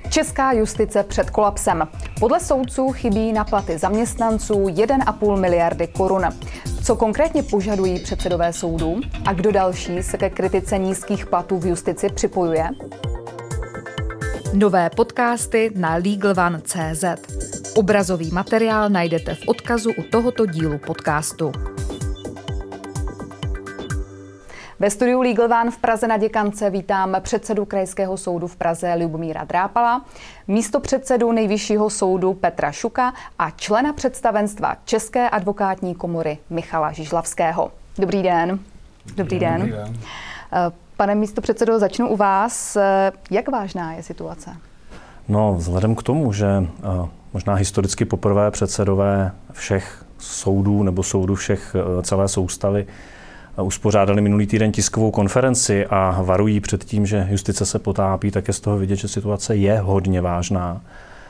Česká justice před kolapsem. Podle soudců chybí na platy zaměstnanců 1,5 miliardy korun. Co konkrétně požadují předsedové soudů a kdo další se ke kritice nízkých platů v justici připojuje? Nové podcasty na LegalOne.cz. Obrazový materiál najdete v odkazu u tohoto dílu podcastu. Ve studiu LegalOne v Praze na Děkance vítám předsedu Krajského soudu v Praze Lubomíra Drápala, místopředsedu Nejvyššího soudu Petra Šuka a člena představenstva České advokátní komory Michala Žižlavského. Dobrý den. Dobrý den. Pane místopředsedo, začnu u vás. Jak vážná je situace? No, vzhledem k tomu, že možná historicky poprvé předsedové všech soudů nebo soudů všech celé soustavy uspořádali minulý týden tiskovou konferenci a varují před tím, že justice se potápí, tak je z toho vidět, že situace je hodně vážná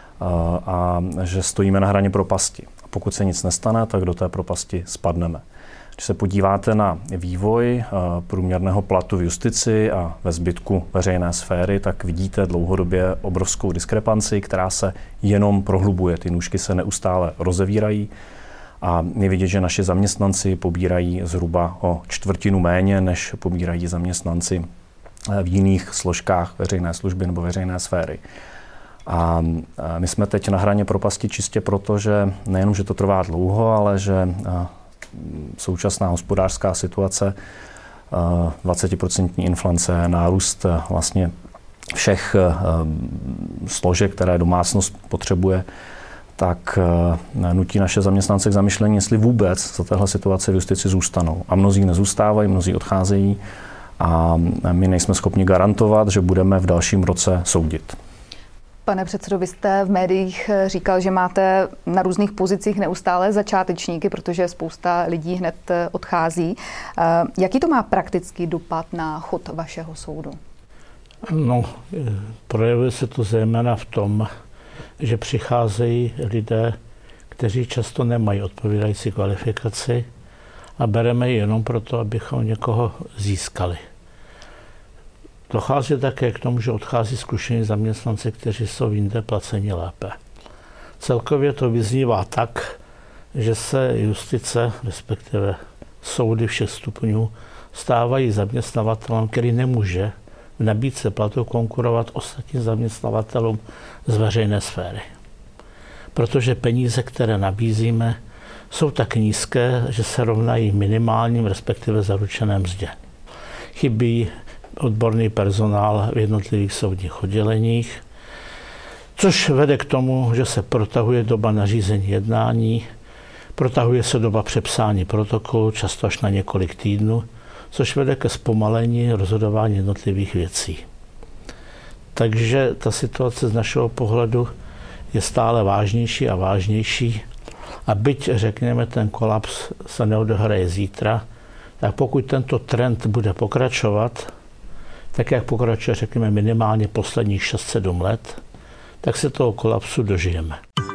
a že stojíme na hraně propasti. A pokud se nic nestane, tak do té propasti spadneme. Když se podíváte na vývoj průměrného platu v justici a ve zbytku veřejné sféry, tak vidíte dlouhodobě obrovskou diskrepanci, která se jenom prohlubuje. Ty nůžky se neustále rozevírají. A je vidět, že naši zaměstnanci pobírají zhruba o čtvrtinu méně, než pobírají zaměstnanci v jiných složkách veřejné služby nebo veřejné sféry. A my jsme teď na hraně propasti čistě proto, že nejenom, že to trvá dlouho, ale že současná hospodářská situace, 20% inflace, nárůst vlastně všech složek, které domácnost potřebuje, tak nutí naše zaměstnance k zamyšlení, jestli vůbec za téhle situace v justici zůstanou. A mnozí nezůstávají, mnozí odcházejí a my nejsme schopni garantovat, že budeme v dalším roce soudit. Pane předsedo, vy jste v médiích říkal, že máte na různých pozicích neustále začátečníky, protože spousta lidí hned odchází. Jaký to má praktický dopad na chod vašeho soudu? No, projevuje se to zejména v tom, že přicházejí lidé, kteří často nemají odpovídající kvalifikaci a bereme ji jenom proto, abychom někoho získali. Dochází také k tomu, že odchází zkušení zaměstnanci, kteří jsou jinde placeni lépe. Celkově to vyznívá tak, že se justice, respektive soudy všech stupňů, stávají zaměstnavatelem, který nemůže v nabídce platu konkurovat ostatním zaměstnavatelům z veřejné sféry. Protože peníze, které nabízíme, jsou tak nízké, že se rovnají minimálním, respektive zaručené mzdě. Chybí odborný personál v jednotlivých soudních odděleních, což vede k tomu, že se protahuje doba nařízení jednání, protahuje se doba přepsání protokolu, často až na několik týdnů, což vede ke zpomalení rozhodování jednotlivých věcí. Takže ta situace z našeho pohledu je stále vážnější a vážnější. A byť, řekněme, ten kolaps se neodehraje zítra, tak pokud tento trend bude pokračovat, tak jak pokračuje, řekněme, minimálně posledních 6-7 let, tak se toho kolapsu dožijeme.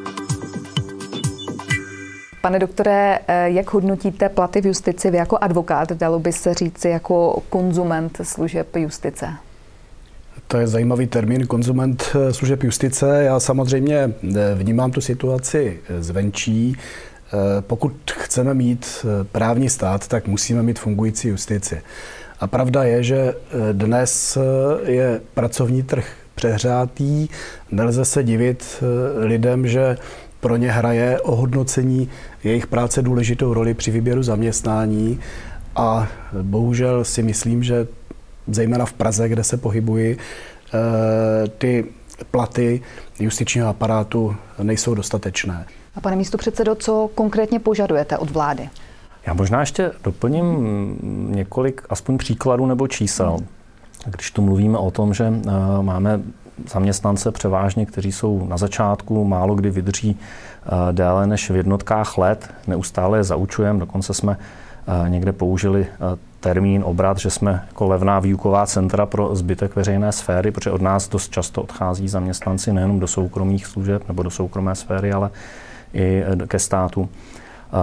Pane doktore, jak hodnotíte platy v justici vy jako advokát, dalo by se říci jako konzument služeb justice? To je zajímavý termín, konzument služeb justice. Já samozřejmě vnímám tu situaci zvenčí. Pokud chceme mít právní stát, tak musíme mít fungující justici. A pravda je, že dnes je pracovní trh přehřátý. Nelze se divit lidem, že pro ně hraje ohodnocení jejich práce důležitou roli při výběru zaměstnání a bohužel si myslím, že zejména v Praze, kde se pohybuji, ty platy justičního aparátu nejsou dostatečné. A pane místopředsedo, co konkrétně požadujete od vlády? Já možná ještě doplním několik aspoň příkladů nebo čísel. Když tu mluvíme o tom, že máme zaměstnance převážně, kteří jsou na začátku, málo kdy vydrží déle než v jednotkách let, neustále je zaučujeme, dokonce jsme někde použili termín obrat, že jsme jako levná výuková centra pro zbytek veřejné sféry, protože od nás dost často odchází zaměstnanci nejenom do soukromých služeb nebo do soukromé sféry, ale i ke státu.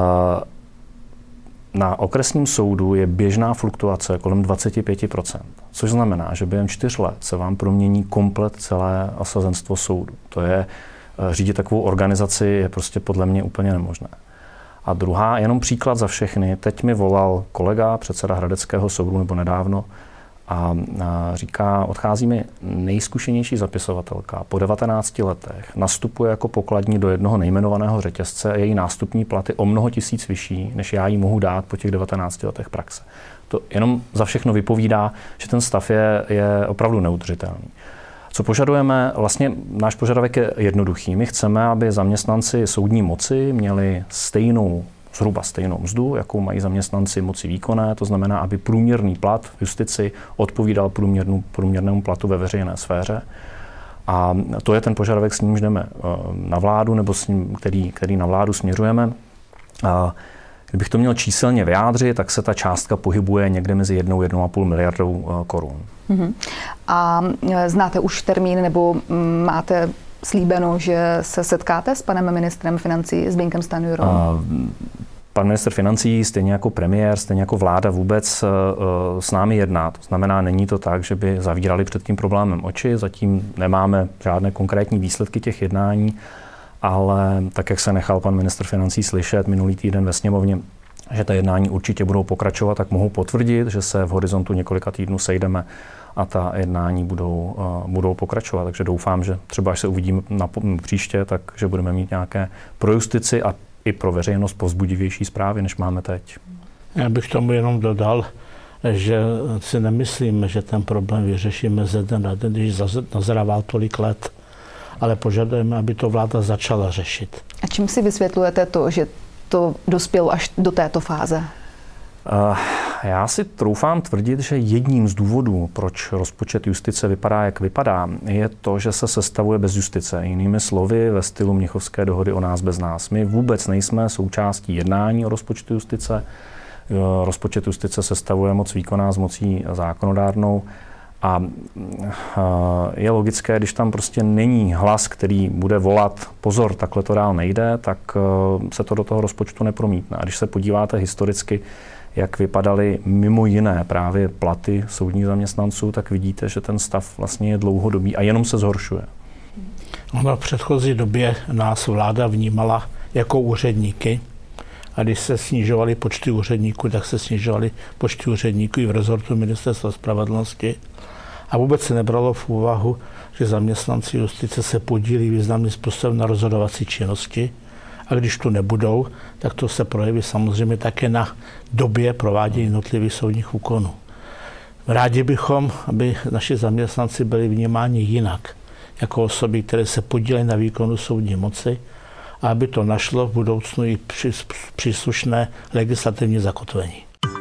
Na okresním soudu je běžná fluktuace kolem 25%. což znamená, že během 4 let se vám promění komplet celé osazenstvo soudu. To je, řídit takovou organizaci je prostě podle mě úplně nemožné. A druhá, jenom příklad za všechny, teď mi volal kolega, předseda Hradeckého soudu nebo nedávno, a říká, odchází mi nejzkušenější zapisovatelka. Po 19 letech nastupuje jako pokladní do jednoho nejmenovaného řetězce a její nástupní platy o mnoho tisíc vyšší, než já jí mohu dát po těch 19 letech praxe. To jenom za všechno vypovídá, že ten stav je opravdu neudržitelný. Co požadujeme? Vlastně náš požadavek je jednoduchý. My chceme, aby zaměstnanci soudní moci měli zhruba stejnou mzdu, jakou mají zaměstnanci moci výkonné, to znamená, aby průměrný plat v justici odpovídal průměrnému platu ve veřejné sféře. A to je ten požadavek, s nímž jdeme na vládu, nebo s ním, který na vládu směřujeme. A kdybych to měl číselně vyjádřit, tak se ta částka pohybuje někde mezi 1–1,5 miliardou korun. A znáte už termín, nebo máte slíbeno, že se setkáte s panem ministrem financí Zbyňkem Stanjurou? Pan ministr financí, stejně jako premiér, stejně jako vláda vůbec s námi jedná. To znamená, není to tak, že by zavírali před tím problémem oči. Zatím nemáme žádné konkrétní výsledky těch jednání, ale tak, jak se nechal pan ministr financí slyšet minulý týden ve sněmovně, že ta jednání určitě budou pokračovat, tak mohu potvrdit, že se v horizontu několika týdnů sejdeme a ta jednání budou pokračovat. Takže doufám, že třeba až se uvidíme příště, takže budeme mít nějaké pro justici a i pro veřejnost povzbudivější zprávy, než máme teď. Já bych tomu jenom dodal, že si nemyslím, že ten problém vyřešíme ze dne na den, když nazrával tolik let, ale požadujeme, aby to vláda začala řešit. A čím si vysvětlujete to, že to dospělo až do této fáze? Já si troufám tvrdit, že jedním z důvodů, proč rozpočet justice vypadá, jak vypadá, je to, že se sestavuje bez justice. Jinými slovy, ve stylu Mnichovské dohody o nás bez nás. My vůbec nejsme součástí jednání o rozpočtu justice. Rozpočet justice sestavuje moc výkonná s mocí zákonodárnou. A je logické, když tam prostě není hlas, který bude volat pozor, takhle to dál nejde, tak se to do toho rozpočtu nepromítne. A když se podíváte historicky, jak vypadaly mimo jiné právě platy soudních zaměstnanců, tak vidíte, že ten stav vlastně je dlouhodobý a jenom se zhoršuje. V předchozí době nás vláda vnímala jako úředníky a když se snižovaly počty úředníků, tak se snižovaly počty úředníků i v rezortu Ministerstva spravedlnosti. A vůbec se nebralo v úvahu, že zaměstnanci justice se podílí významným způsobem na rozhodovací činnosti. A když tu nebudou, tak to se projeví samozřejmě také na době provádění jednotlivých soudních úkonů. Rádi bychom, aby naši zaměstnanci byli vnímáni jinak, jako osoby, které se podílejí na výkonu soudní moci, a aby to našlo v budoucnu i příslušné legislativní zakotvení.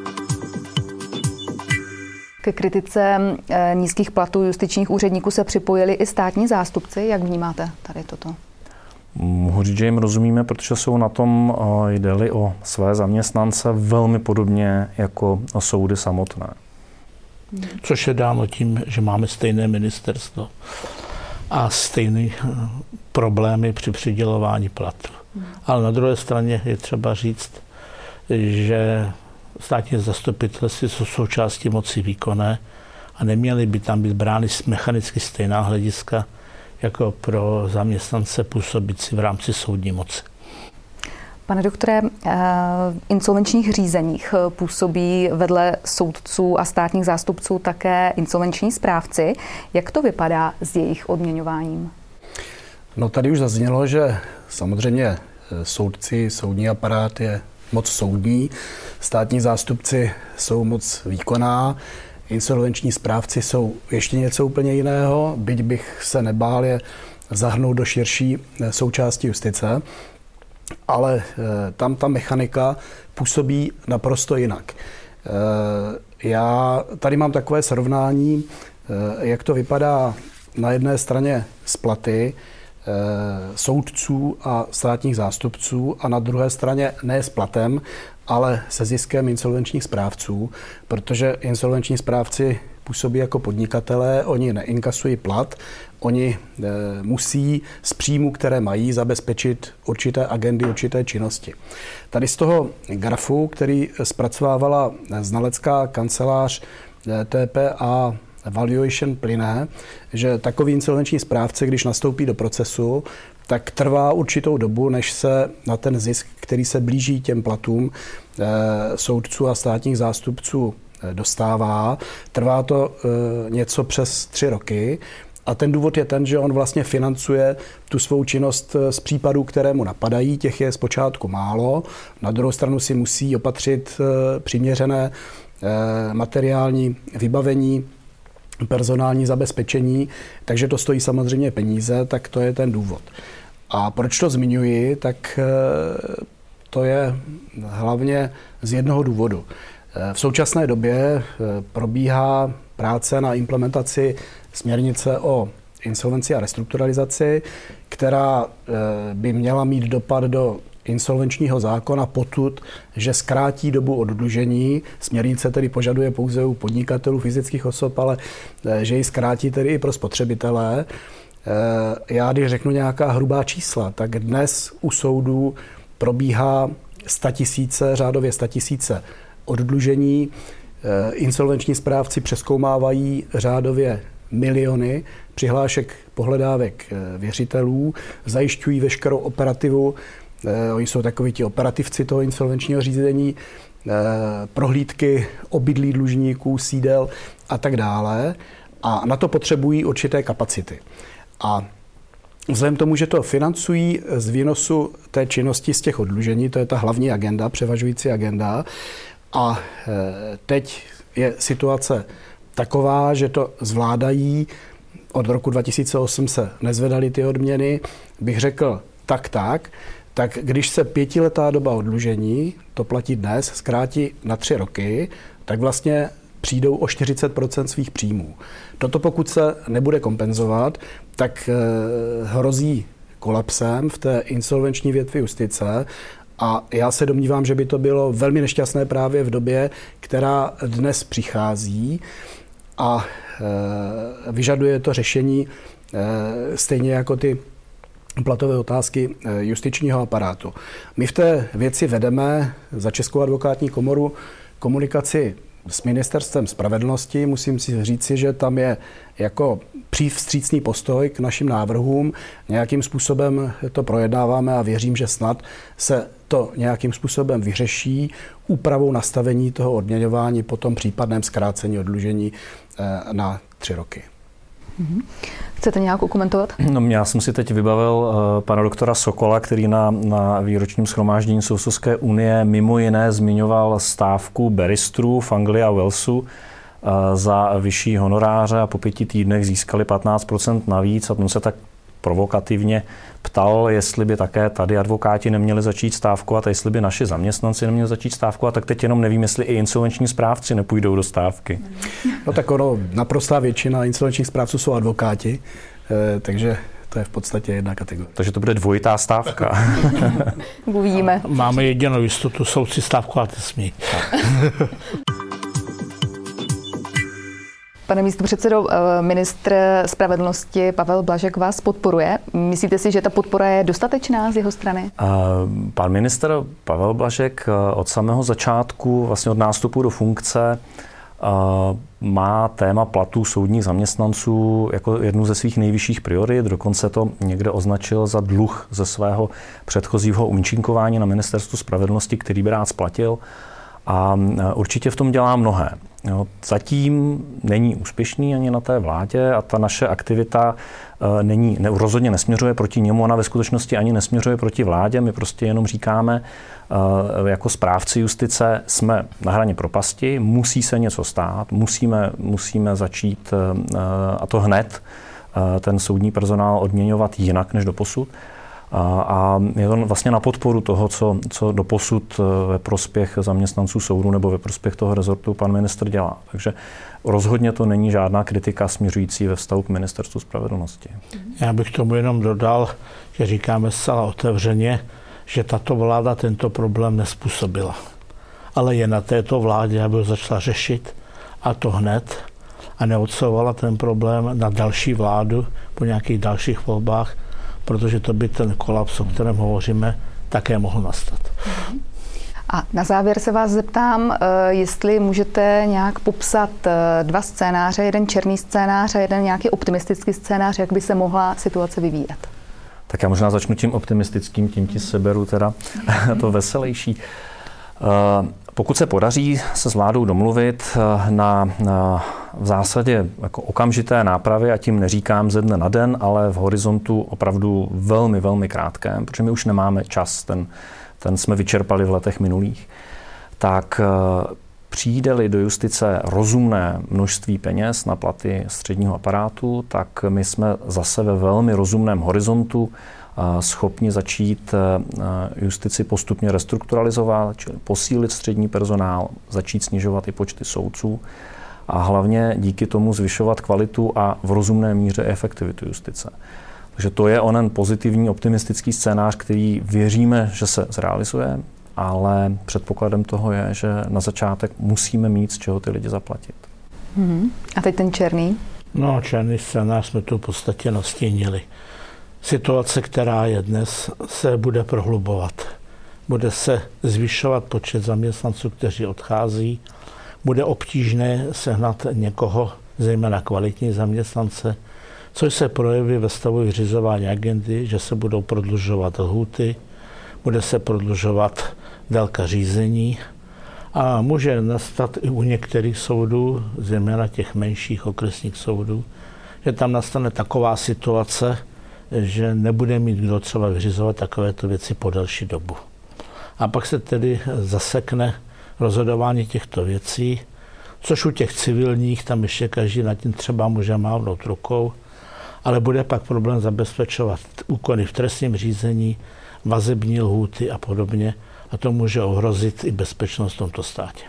Ke kritice nízkých platů justičních úředníků se připojili i státní zástupci. Jak vnímáte tady toto? Mohu říct, že jim rozumíme, protože jsou na tom, jde-li o své zaměstnance, velmi podobně jako o soudy samotné. Což je dáno tím, že máme stejné ministerstvo a stejné problémy při přidělování platů. Ale na druhé straně je třeba říct, že státní zastupitelství jsou součástí moci výkonné a neměly by tam být brány mechanicky stejná hlediska jako pro zaměstnance působící v rámci soudní moci. Pane doktore, v insolvenčních řízeních působí vedle soudců a státních zástupců také insolvenční správci. Jak to vypadá s jejich odměňováním? No tady už zaznělo, že samozřejmě soudci, soudní aparát je moc soudní, státní zástupci jsou moc výkonná, insolvenční správci jsou ještě něco úplně jiného, byť bych se nebál je zahrnout do širší součásti justice, ale tam ta mechanika působí naprosto jinak. Já tady mám takové srovnání, jak to vypadá na jedné straně s platy soudců a státních zástupců a na druhé straně ne s platem, ale se ziskem insolvenčních správců, protože insolvenční správci působí jako podnikatelé, oni neinkasují plat, oni musí z příjmu, které mají, zabezpečit určité agendy, určité činnosti. Tady z toho grafu, který zpracovávala znalecká kancelář TPA valuation plyne, že takový insolvenční správce, když nastoupí do procesu, tak trvá určitou dobu, než se na ten zisk, který se blíží těm platům soudců a státních zástupců, dostává. Trvá to něco přes 3 roky. A ten důvod je ten, že on vlastně financuje tu svou činnost z případů, které mu napadají. Těch je zpočátku málo. Na druhou stranu si musí opatřit přiměřené materiální vybavení, personální zabezpečení, takže to stojí samozřejmě peníze, tak to je ten důvod. A proč to zmiňuji, tak to je hlavně z jednoho důvodu. V současné době probíhá práce na implementaci směrnice o insolvenci a restrukturalizaci, která by měla mít dopad do insolvenčního zákona potud, že zkrátí dobu oddlužení. Směrnice tedy požaduje pouze u podnikatelů, fyzických osob, ale že ji zkrátí tedy i pro spotřebitele. Já když řeknu nějaká hrubá čísla, tak dnes u soudů probíhá 100 000, řádově 100 000 oddlužení. Insolvenční správci přezkoumávají řádově miliony přihlášek pohledávek věřitelů, zajišťují veškerou operativu. Oni jsou takoví ti operativci toho insolvenčního řízení, prohlídky obydlí dlužníků, sídel a tak dále. A na to potřebují určité kapacity. A vzhledem k tomu, že to financují z výnosu té činnosti z těch oddlužení, to je ta hlavní agenda, převažující agenda. A teď je situace taková, že to zvládají. Od roku 2008 se nezvedaly ty odměny. Bych řekl tak když se 5letá doba oddlužení, to platí dnes, zkrátí na 3 roky, tak vlastně přijdou o 40% svých příjmů. Toto pokud se nebude kompenzovat, tak hrozí kolapsem v té insolvenční větvi justice. A já se domnívám, že by to bylo velmi nešťastné právě v době, která dnes přichází a vyžaduje to řešení stejně jako ty platové otázky justičního aparátu. My v té věci vedeme za Českou advokátní komoru komunikaci s Ministerstvem spravedlnosti. Musím si říci, že tam je jako vstřícný postoj k našim návrhům. Nějakým způsobem to projednáváme a věřím, že snad se to nějakým způsobem vyřeší úpravou nastavení toho odměňování po tom případném zkrácení oddlužení na 3 roky. Chcete nějak komentovat? No, já jsem si teď vybavil pana doktora Sokola, který na výročním shromáždění Soudcovské unie mimo jiné zmiňoval stávku baristrů v Anglii a Walesu za vyšší honoráře a po 5 týdnech získali 15% navíc a on se tak provokativně ptal, jestli by také tady advokáti neměli začít stávkovat a jestli by naši zaměstnanci neměli začít stávkovat, tak teď jenom nevím, jestli i insolvenční správci nepůjdou do stávky. No tak naprostá většina insolvenčních správců jsou advokáti, takže to je v podstatě jedna kategorie. Takže to bude dvojitá stávka. Uvidíme. Máme jedinou jistotu, soudci stávkovat nesmí. Pane místopředsedo, ministr spravedlnosti Pavel Blažek vás podporuje. Myslíte si, že ta podpora je dostatečná z jeho strany? Pan ministr Pavel Blažek od samého začátku, vlastně od nástupu do funkce, má téma platů soudních zaměstnanců jako jednu ze svých nejvyšších priorit. Dokonce to někde označil za dluh ze svého předchozího účinkování na ministerstvu spravedlnosti, který by rád splatil. A určitě v tom dělá mnohé. Zatím není úspěšný ani na té vládě a ta naše aktivita rozhodně nesměřuje proti němu, ona ve skutečnosti ani nesměřuje proti vládě. My prostě jenom říkáme, jako správci justice jsme na hraně propasti, musí se něco stát, musíme začít, a to hned, ten soudní personál odměňovat jinak než doposud. A je to vlastně na podporu toho, co doposud ve prospěch zaměstnanců soudu nebo ve prospěch toho rezortu pan ministr dělá. Takže rozhodně to není žádná kritika směřující ve vztahu k ministerstvu spravedlnosti. Já bych tomu jenom dodal, že říkáme zcela otevřeně, že tato vláda tento problém nezpůsobila. Ale je na této vládě, aby ho začala řešit, a to hned, a neodsouvala ten problém na další vládu po nějakých dalších volbách, protože to by ten kolaps, o kterém hovoříme, také mohl nastat. A na závěr se vás zeptám, jestli můžete nějak popsat dva scénáře, jeden černý scénář a jeden nějaký optimistický scénář, jak by se mohla situace vyvíjet. Tak já možná začnu tím optimistickým, tím ti seberu teda to veselější. Pokud se podaří se s vládou domluvit na v zásadě jako okamžité nápravy, a tím neříkám ze dne na den, ale v horizontu opravdu velmi, velmi krátkém, protože my už nemáme čas, ten jsme vyčerpali v letech minulých, tak přijde-li do justice rozumné množství peněz na platy středního aparátu, tak my jsme zase ve velmi rozumném horizontu schopni začít justici postupně restrukturalizovat, čili posílit střední personál, začít snižovat i počty soudců a hlavně díky tomu zvyšovat kvalitu a v rozumné míře efektivitu justice. Takže to je onen pozitivní, optimistický scénář, který věříme, že se zrealizuje, ale předpokladem toho je, že na začátek musíme mít z čeho ty lidi zaplatit. A teď ten černý? No, černý scénář jsme tu v podstatě nastínili. Situace, která je dnes, se bude prohlubovat. Bude se zvyšovat počet zaměstnanců, kteří odchází. Bude obtížné sehnat někoho, zejména kvalitní zaměstnance, což se projeví ve stavu vyřizování agendy, že se budou prodlužovat lhůty, bude se prodlužovat délka řízení a může nastat i u některých soudů, zejména těch menších okresních soudů, že tam nastane taková situace, že nebude mít kdo třeba vyřizovat takovéto věci po delší dobu. A pak se tedy zasekne rozhodování těchto věcí, což u těch civilních tam ještě každý nad tím třeba může mávnout rukou, ale bude pak problém zabezpečovat úkony v trestním řízení, vazební lhůty a podobně a to může ohrozit i bezpečnost v tomto státě.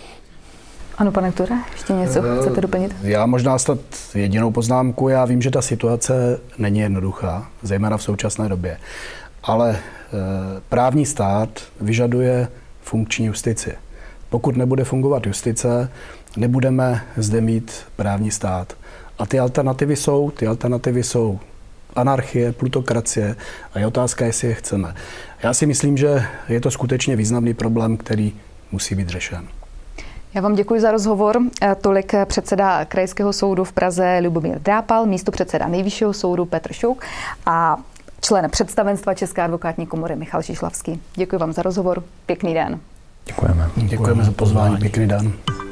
Ano, pane Ture, ještě něco chcete doplnit? Já možná snad jedinou poznámku. Já vím, že ta situace není jednoduchá, zejména v současné době. Ale právní stát vyžaduje funkční justici. Pokud nebude fungovat justice, nebudeme zde mít právní stát. A ty alternativy jsou anarchie, plutokracie a je otázka, jestli je chceme. Já si myslím, že je to skutečně významný problém, který musí být řešen. Já vám děkuji za rozhovor. Tolik předseda Krajského soudu v Praze Lubomír Drápal, místopředseda Nejvyššího soudu Petr Šuk a člen představenstva České advokátní komory Michal Šišlavský. Děkuji vám za rozhovor. Pěkný den. Děkujeme. Děkujeme za pozvání. Pěkný den.